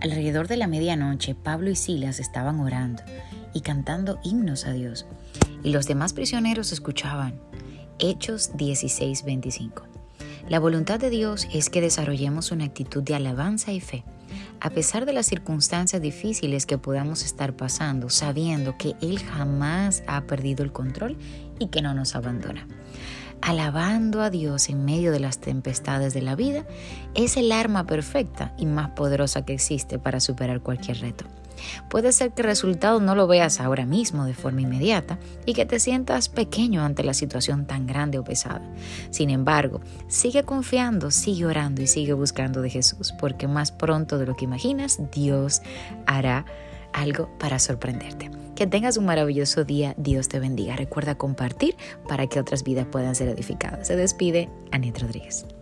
Alrededor de la medianoche, Pablo y Silas estaban orando y cantando himnos a Dios, y los demás prisioneros escuchaban. Hechos 16:25. La voluntad de Dios es que desarrollemos una actitud de alabanza y fe, a pesar de las circunstancias difíciles que podamos estar pasando, sabiendo que Él jamás ha perdido el control y que no nos abandona. Alabando a Dios en medio de las tempestades de la vida es el arma perfecta y más poderosa que existe para superar cualquier reto. Puede ser que el resultado no lo veas ahora mismo de forma inmediata y que te sientas pequeño ante la situación tan grande o pesada. Sin embargo, sigue confiando, sigue orando y sigue buscando de Jesús, porque más pronto de lo que imaginas, Dios hará algo para sorprenderte. Que tengas un maravilloso día. Dios te bendiga. Recuerda compartir para que otras vidas puedan ser edificadas. Se despide Anet Rodríguez.